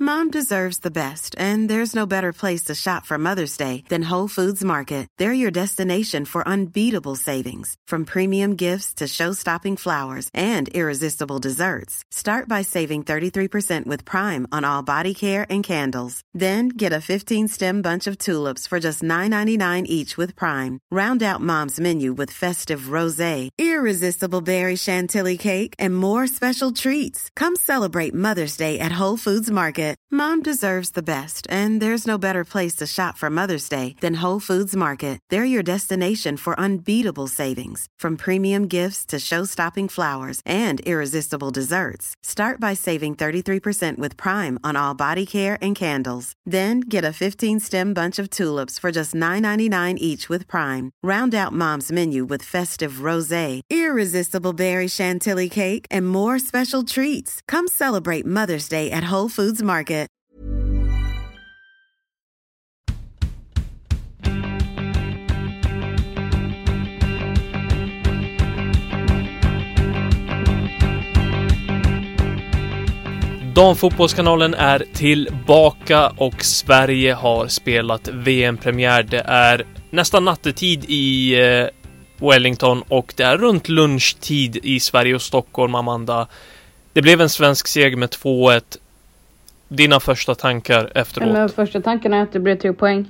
Mom deserves the best, and there's no better place to shop for Mother's Day than Whole Foods Market. They're your destination for unbeatable savings, from premium gifts to show-stopping flowers and irresistible desserts. Start by saving 33% with Prime on all body care and candles. Then get a 15-stem bunch of tulips for just $9.99 each with Prime. Round out Mom's menu with festive rosé, irresistible berry chantilly cake, and more special treats. Come celebrate Mother's Day at Whole Foods Market. Mom deserves the best, and there's no better place to shop for Mother's Day than Whole Foods Market. They're your destination for unbeatable savings, from premium gifts to show-stopping flowers and irresistible desserts. Start by saving 33% with Prime on all body care and candles. Then get a 15-stem bunch of tulips for just $9.99 each with Prime. Round out Mom's menu with festive rosé, irresistible berry chantilly cake, and more special treats. Come celebrate Mother's Day at Whole Foods Market. Damfotbollskanalen är tillbaka och Sverige har spelat VM-premiär. Det är nästan nattetid i Wellington och det är runt lunchtid i Sverige och Stockholm, Amanda. Det blev en svensk seger med 2-1. Dina första tankar efteråt? Men första tanken är att det blev 3 poäng.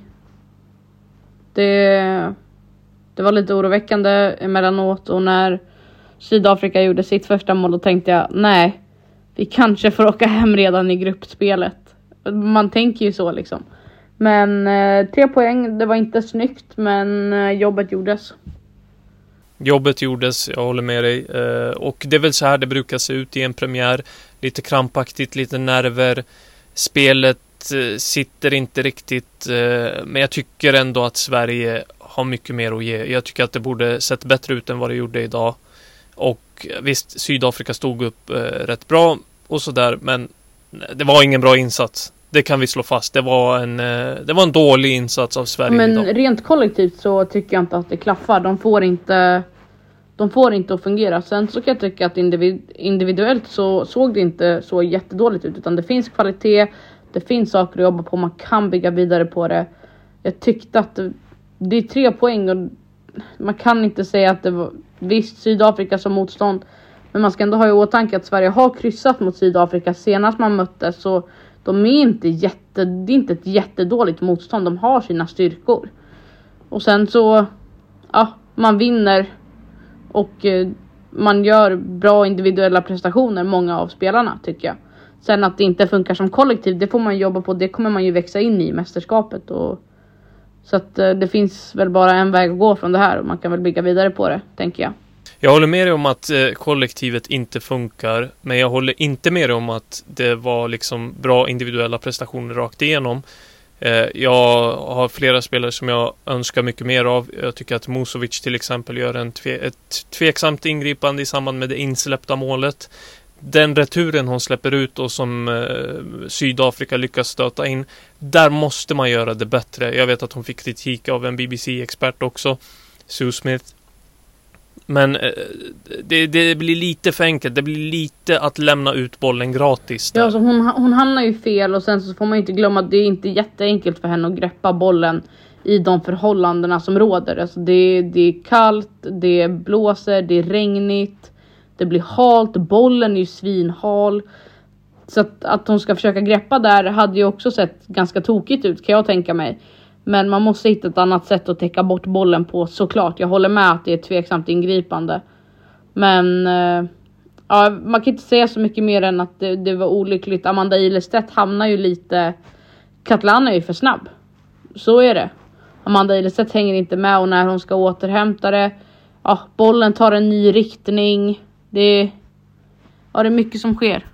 Det var lite oroväckande emellanåt, och när Sydafrika gjorde sitt första mål då tänkte jag, nej, vi kanske får åka hem redan i gruppspelet. Man tänker ju så liksom. Men 3 poäng, det var inte snyggt, men jobbet gjordes. Jobbet gjordes, jag håller med dig. Och det är väl så här det brukar se ut i en premiär. Lite krampaktigt, lite nerver. Spelet sitter inte riktigt. Men jag tycker ändå att Sverige har mycket mer att ge. Jag tycker att det borde sett bättre ut än vad det gjorde idag. Och visst, Sydafrika stod upp rätt bra och sådär. Men det var ingen bra insats. Det kan vi slå fast. Det var en dålig insats av Sverige men idag. Rent kollektivt så tycker jag inte att det klaffar. De får inte att fungera. Sen så kan jag tycka att individuellt så såg det inte så jättedåligt ut. Utan det finns kvalitet. Det finns saker att jobba på. Man kan bygga vidare på det. Jag tyckte att det är 3 poäng. Och man kan inte säga att det var visst Sydafrika som motstånd. Men man ska ändå ha i åtanke att Sverige har kryssat mot Sydafrika senast man möttes. Så de är inte det är inte ett jättedåligt motstånd. De har sina styrkor. Och sen så, ja, man vinner. Och man gör bra individuella prestationer, många av spelarna tycker jag. Sen att det inte funkar som kollektiv, det får man jobba på. Det kommer man ju växa in i mästerskapet. Så att det finns väl bara en väg att gå från det här. Och man kan väl bygga vidare på det, tänker jag. Jag håller med dig om att kollektivet inte funkar. Men jag håller inte med dig om att det var liksom bra individuella prestationer rakt igenom. Jag har flera spelare som jag önskar mycket mer av. Jag tycker att Musovic till exempel gör ett tveksamt ingripande i samband med det insläppta målet. Den returen hon släpper ut och som Sydafrika lyckas stöta in, där måste man göra det bättre. Jag vet att hon fick kritik av en BBC-expert också, Sue Smith. Men det blir lite för enkelt. Det blir lite att lämna ut bollen gratis där. Ja, så hon hamnar ju fel. Och sen så får man inte glömma att det är inte jätteenkelt för henne att greppa bollen i de förhållandena som råder. Alltså det är kallt, det blåser, det är regnigt, det blir halt, bollen är ju svinhal. Så att hon ska försöka greppa där hade ju också sett ganska tokigt ut, kan jag tänka mig. Men man måste hitta ett annat sätt att täcka bort bollen på, såklart. Jag håller med att det är ett tveksamt ingripande. Men ja, man kan inte säga så mycket mer än att det var olyckligt. Amanda Ilestedt hamnar ju lite... Katlan är ju för snabb. Så är det. Amanda Ilestedt hänger inte med, och när hon ska återhämta det... Ja, bollen tar en ny riktning. Det är mycket som sker.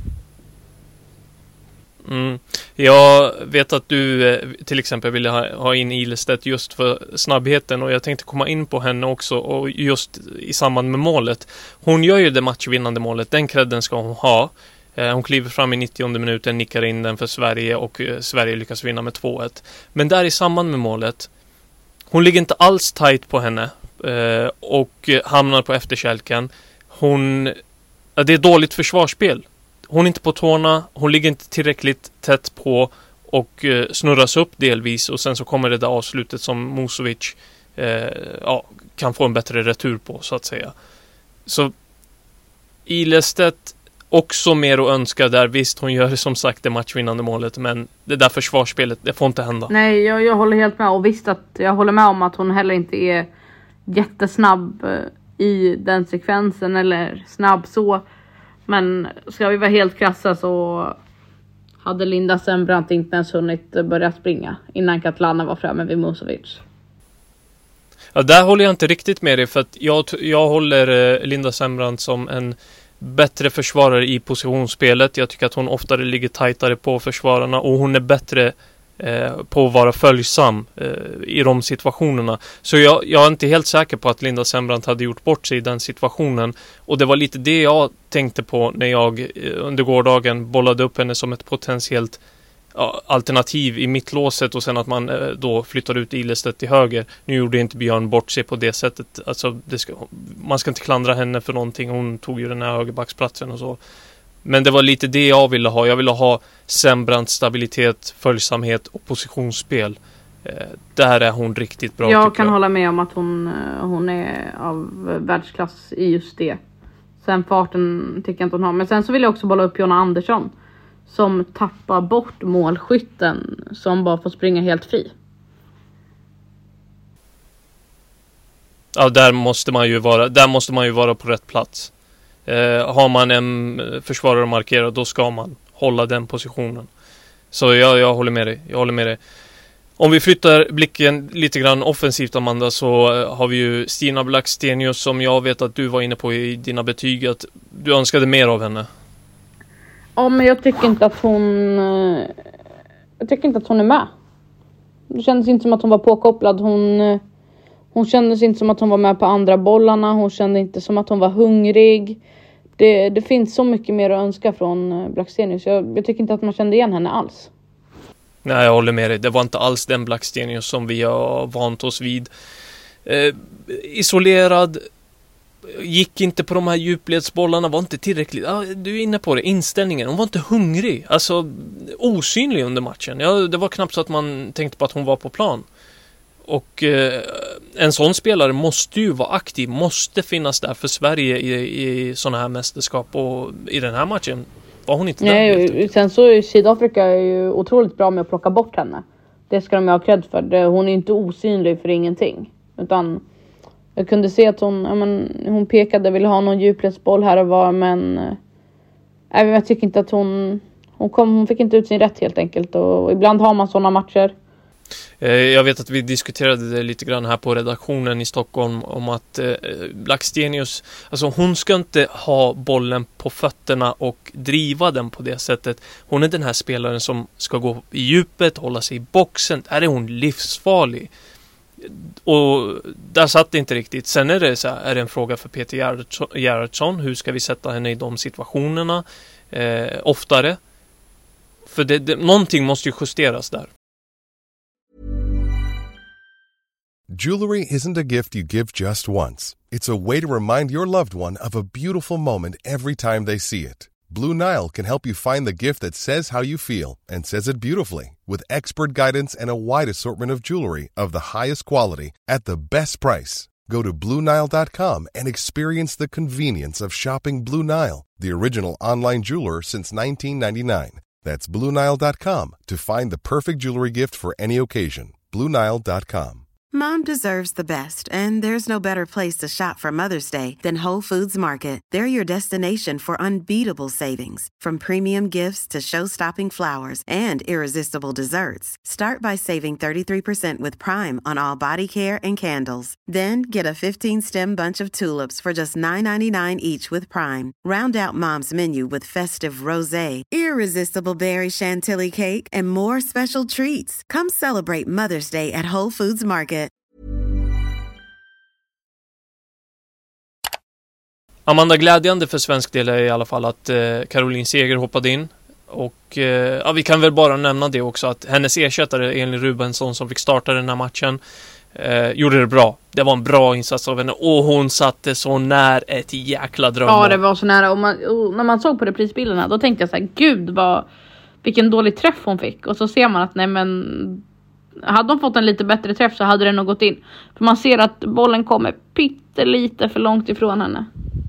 Jag vet att du till exempel ville ha in Ilestedt just för snabbheten, och jag tänkte komma in på henne också, och just i samband med målet. Hon gör ju det matchvinnande målet, den credden ska hon ha. Hon kliver fram i 90:e minuten, nickar in den för Sverige, och Sverige lyckas vinna med 2-1. Men där i samband med målet, hon ligger inte alls tight på henne och hamnar på efterkälken. Det är dåligt försvarsspel. hon är inte på tårna, hon ligger inte tillräckligt tätt på och snurras upp delvis, och sen så kommer det där avslutet som Musovic kan få en bättre retur på, så att säga. Så Ilestedt också mer att önska där. Visst, hon gör som sagt det matchvinnande målet, men det där försvarsspelet, det får inte hända. Nej, jag håller helt med, och visst att jag håller med om att hon heller inte är jättesnabb i den sekvensen, eller snabb så. Men ska vi vara helt krassa så hade Linda Sembrant inte ens hunnit börja springa innan Katlana var framme vid Musovic. Ja, där håller jag inte riktigt med dig, för att jag håller Linda Sembrant som en bättre försvarare i positionsspelet. Jag tycker att hon oftare ligger tajtare på försvararna, och hon är bättre på att vara följsam i de situationerna. Så jag är inte helt säker på att Linda Sembrant hade gjort bort sig i den situationen, och det var lite det jag tänkte på när jag under gårdagen bollade upp henne som ett potentiellt alternativ i mittlåset, och sen att man då flyttar ut Ilestedt till höger. Nu gjorde inte Björn bort sig på det sättet. Alltså, man ska inte klandra henne för någonting. Hon tog ju den här högerbacksplatsen och så. Men det var lite det jag ville ha. Jag ville ha Sembrant stabilitet, följsamhet och positionsspel. Där är hon riktigt bra. Jag kan hålla med om att hon är av världsklass i just det. Sen farten tycker jag inte hon har. Men sen så vill jag också bolla upp Jonna Andersson, som tappar bort målskytten, som bara får springa helt fri. Ja, där måste man ju vara på rätt plats. Har man en försvarare att markera, då ska man hålla den positionen. Så jag håller med dig. Om vi flyttar blicken lite grann offensivt, Amanda, så har vi ju Stina Blackstenius, som jag vet att du var inne på i dina betyg, att du önskade mer av henne. Ja, men jag tycker inte att hon är med. Det kändes inte som att hon var påkopplad. Hon kändes inte som att hon var med på andra bollarna. Hon kände inte som att hon var hungrig. Det finns så mycket mer att önska från Blackstenius. Jag tycker inte att man kände igen henne alls. Nej, jag håller med dig. Det var inte alls den Blackstenius som vi har vant oss vid. Isolerad. Gick inte på de här djupledsbollarna, var inte tillräckligt. Du är inne på det, inställningen. Hon var inte hungrig. Alltså, osynlig under matchen. Det var knappt så att man tänkte på att hon var på plan. Och en sån spelare måste ju vara aktiv, måste finnas där för Sverige i såna här mästerskap, och i den här matchen var hon inte där. Nej, sen så är Sydafrika ju otroligt bra med att plocka bort henne. Det ska de ju ha cred för. Hon är inte osynlig för ingenting. Utan jag kunde se att hon pekade, ville ha någon djupledsboll här och var, men jag tycker inte att hon fick inte ut sin rätt helt enkelt, och ibland har man sådana matcher. Jag vet att vi diskuterade det lite grann här på redaktionen i Stockholm om att Blackstenius, alltså hon ska inte ha bollen på fötterna och driva den på det sättet. Hon är den här spelaren som ska gå i djupet, hålla sig i boxen. Där är hon livsfarlig. Och där satt det inte riktigt. Sen är det så här, är det en fråga för Peter Gerhardsson. Hur ska vi sätta henne i de situationerna oftare? För någonting måste ju justeras där. Jewelry isn't a gift you give just once. It's a way to remind your loved one of a beautiful moment every time they see it. Blue Nile can help you find the gift that says how you feel and says it beautifully, with expert guidance and a wide assortment of jewelry of the highest quality at the best price. Go to BlueNile.com and experience the convenience of shopping Blue Nile, the original online jeweler since 1999. That's BlueNile.com to find the perfect jewelry gift for any occasion. BlueNile.com. Mom deserves the best, and there's no better place to shop for Mother's Day than Whole Foods Market. They're your destination for unbeatable savings, from premium gifts to show-stopping flowers and irresistible desserts. Start by saving 33% with Prime on all body care and candles. Then get a 15-stem bunch of tulips for just $9.99 each with Prime. Round out Mom's menu with festive rosé, irresistible berry chantilly cake, and more special treats. Come celebrate Mother's Day at Whole Foods Market. Amanda, glädjande för svensk del är i alla fall att Caroline Seger hoppade in. Och vi kan väl bara nämna det också, att hennes ersättare Elin Rubensson, som fick starta den här matchen, gjorde det bra. Det var en bra insats av henne. Och hon satte så när ett jäkla dröm. Ja, det var så nära. Och när man såg på reprisbilderna, då tänkte jag så här, gud vilken dålig träff hon fick. Och så ser man att nej men, hade hon fått en lite bättre träff så hade den nog gått in. För man ser att bollen kommer pyttelite för långt ifrån henne.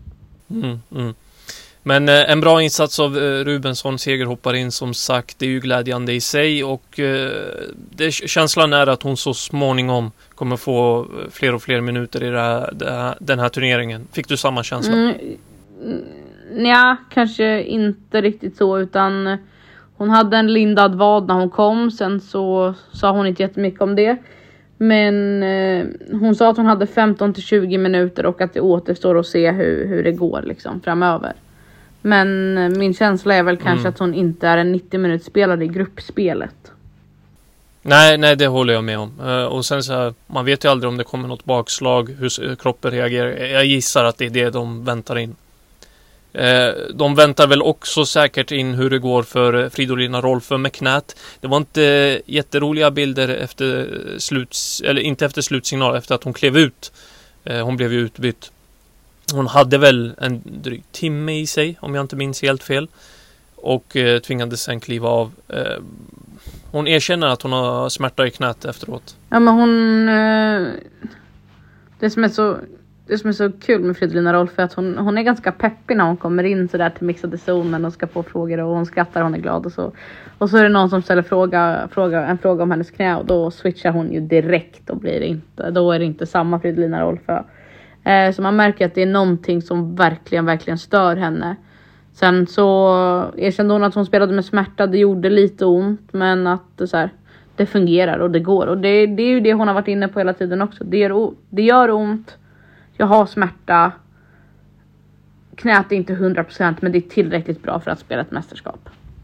Men en bra insats av Rubensson. Seger hoppar in som sagt. Det är ju glädjande i sig. Och känslan är att hon så småningom kommer få fler och fler minuter i den här turneringen. Fick du samma känsla? Nej, kanske inte riktigt så. Utan hon hade en lindad vad när hon kom. Sen så sa hon inte jättemycket om det. Men hon sa att hon hade 15-20 minuter. Och att det återstår att se hur det går liksom, framöver. Men min känsla är väl kanske att hon inte är en 90-minuters spelare i gruppspelet. Nej, det håller jag med om. Och sen så här, man vet ju aldrig om det kommer något bakslag, hur kroppen reagerar. Jag gissar att det är det de väntar in. De väntar väl också säkert in hur det går för Fridolina Rolfö med knät. Det var inte jätteroliga bilder inte efter slutsignal, efter att hon klev ut. Hon blev ju utbytt. Hon hade väl en dryg timme i sig, om jag inte minns helt fel. Och tvingades sen kliva av. Hon erkänner att hon har smärta i knät efteråt. Ja, men hon... Det som är så kul med Fridolina Rolfö är att hon är ganska peppig när hon kommer in så där till mixade zonen och ska få frågor. Och hon skrattar, hon är glad och så. Och så är det någon som ställer en fråga om hennes knä. Och då switchar hon ju direkt och då är det inte samma Fridolina Rolfö. Så man märker att det är någonting som verkligen stör henne. Sen så erkände hon att hon spelade med smärta. Det gjorde lite ont. Men att det fungerar och det går. Och det är ju det hon har varit inne på hela tiden också. Det gör ont. Jag har smärta. Knät är inte 100%. Men det är tillräckligt bra för att spela ett mästerskap.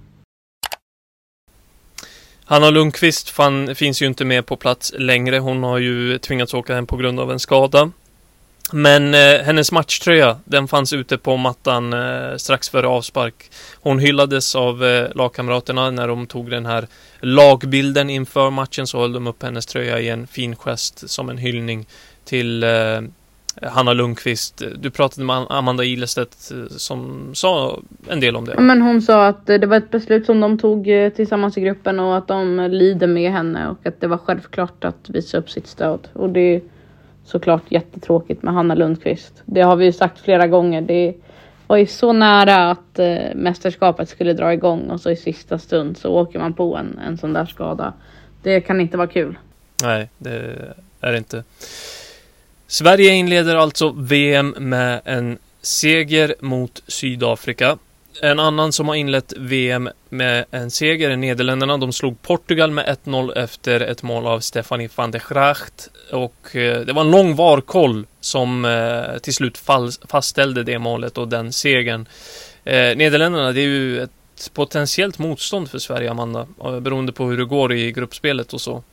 Hanna Lundqvist finns ju inte med på plats längre. Hon har ju tvingats åka hem på grund av en skada. Men hennes matchtröja, den fanns ute på mattan strax före avspark. Hon hyllades av lagkamraterna när de tog den här lagbilden inför matchen. Så höll de upp hennes tröja i en fin gest som en hyllning till Hanna Lundqvist. Du pratade med Amanda Ilestedt som sa en del om det. Men hon sa att det var ett beslut som de tog tillsammans i gruppen och att de lider med henne och att det var självklart att visa upp sitt stöd. Och det är såklart jättetråkigt med Hanna Lundqvist. Det har vi ju sagt flera gånger. Det var ju så nära att mästerskapet skulle dra igång och så i sista stund så åker man på en sån där skada. Det kan inte vara kul. Nej, det är det inte. Sverige inleder alltså VM med en seger mot Sydafrika. En annan som har inlett VM med en seger är Nederländerna. De slog Portugal med 1-0 efter ett mål av Stefanie van der Gracht. Och det var en lång VAR-koll som till slut fastställde det målet och den segern. Nederländerna, det är ju ett potentiellt motstånd för Sverige, Amanda. Beroende på hur det går i gruppspelet och så.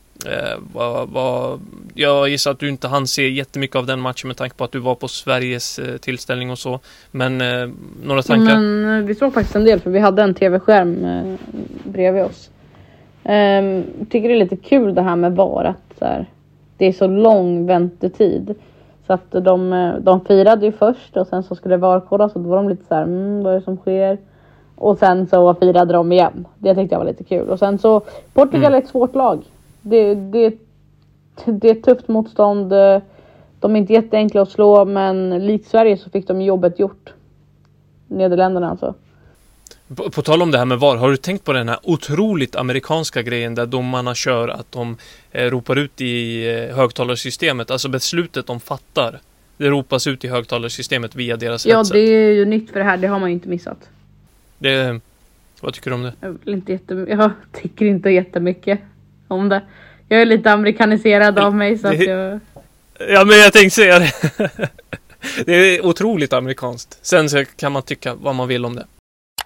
Jag gissar att du inte hann se jättemycket av den matchen med tanke på att du var på Sveriges tillställning och så. Men några tankar? Men vi såg faktiskt en del för vi hade en tv-skärm bredvid oss. Tycker det är lite kul det här med VAR att det är så lång väntetid. Så att de firade ju först och sen så skulle det VAR-kollas och då var de lite vad är det som sker? Och sen så firade de igen. Det tyckte jag var lite kul. Och sen så Portugal är ett svårt lag. Det är ett tufft motstånd. De är inte jätteenkla att slå, men likt Sverige så fick de jobbet gjort. Nederländerna alltså. På tal om det här med VAR, har du tänkt på den här otroligt amerikanska grejen där domarna kör att de ropar ut i högtalarsystemet, alltså beslutet de fattar. Det ropas ut i högtalarsystemet via deras headset. Ja, det är ju nytt för det här, det har man ju inte missat. Vad tycker du om det? Jag tycker inte jättemycket om det. Jag är lite amerikaniserad av mig så att jag... Ja, men jag tänkte säga det. Det är otroligt amerikanskt. Sen så kan man tycka vad man vill om det.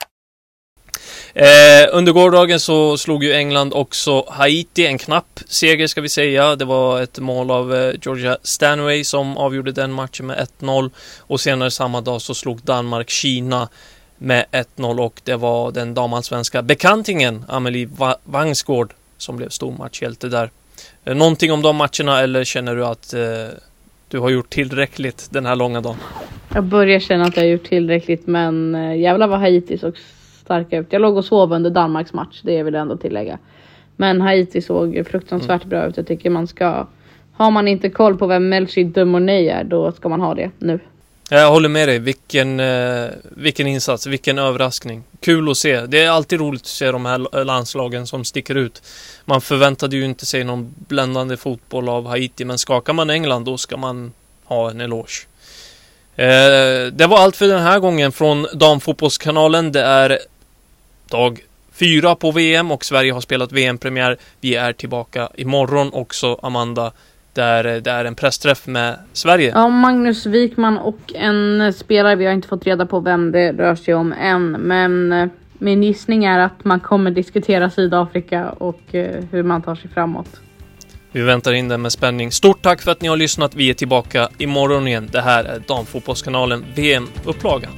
Under gårdagen så slog ju England också Haiti, en knapp seger ska vi säga. Det var ett mål av Georgia Stanway som avgjorde den matchen med 1-0. Och senare samma dag så slog Danmark Kina med 1-0 och det var den damallsvenska bekantingen Amelie Vangsgård som blev stormatchhjälte där. Någonting om de matcherna, eller känner du att du har gjort tillräckligt den här långa dagen? Jag börjar känna att jag har gjort tillräckligt, men jävlar vad Haiti såg starka ut. Jag låg och sov under Danmarks match, det vill jag ändå tillägga. Men Haiti såg fruktansvärt bra ut. Jag tycker man ska... Har man inte koll på vem Melchi Demoney är, då ska man ha det nu. Jag håller med dig. Vilken insats, vilken överraskning. Kul att se. Det är alltid roligt att se de här landslagen som sticker ut. Man förväntade ju inte sig någon bländande fotboll av Haiti, men skakar man England, då ska man ha en eloge. Det var allt för den här gången från Damfotbollskanalen. Det är dag 4 på VM och Sverige har spelat VM-premiär. Vi är tillbaka imorgon också, Amanda. Det är en pressträff med Sverige. Ja, Magnus Wikman och en spelare. Vi har inte fått reda på vem det rör sig om än. Men min gissning är att man kommer diskutera Sydafrika och hur man tar sig framåt. Vi väntar in det med spänning. Stort tack för att ni har lyssnat. Vi är tillbaka imorgon igen. Det här är Damfotbollskanalen VM-upplagan.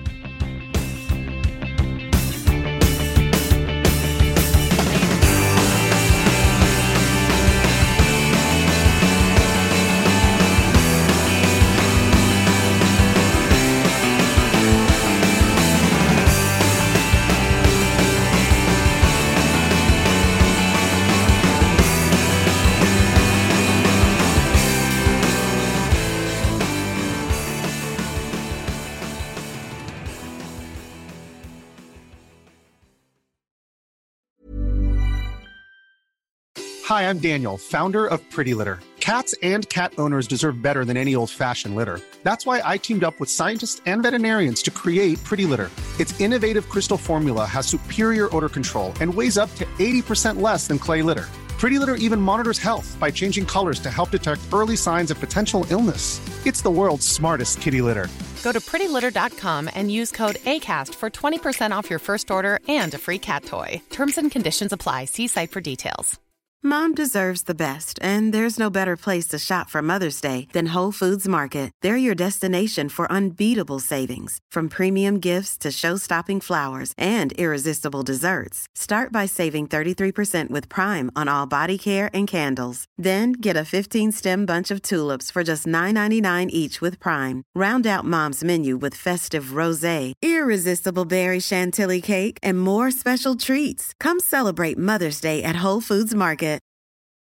Hi, I'm Daniel, founder of Pretty Litter. Cats and cat owners deserve better than any old-fashioned litter. That's why I teamed up with scientists and veterinarians to create Pretty Litter. Its innovative crystal formula has superior odor control and weighs up to 80% less than clay litter. Pretty Litter even monitors health by changing colors to help detect early signs of potential illness. It's the world's smartest kitty litter. Go to prettylitter.com and use code ACAST for 20% off your first order and a free cat toy. Terms and conditions apply. See site for details. Mom deserves the best, and there's no better place to shop for Mother's Day than Whole Foods Market. They're your destination for unbeatable savings, from premium gifts to show-stopping flowers and irresistible desserts. Start by saving 33% with Prime on all body care and candles. Then get a 15-stem bunch of tulips for just $9.99 each with Prime. Round out Mom's menu with festive rosé, irresistible berry chantilly cake, and more special treats. Come celebrate Mother's Day at Whole Foods Market.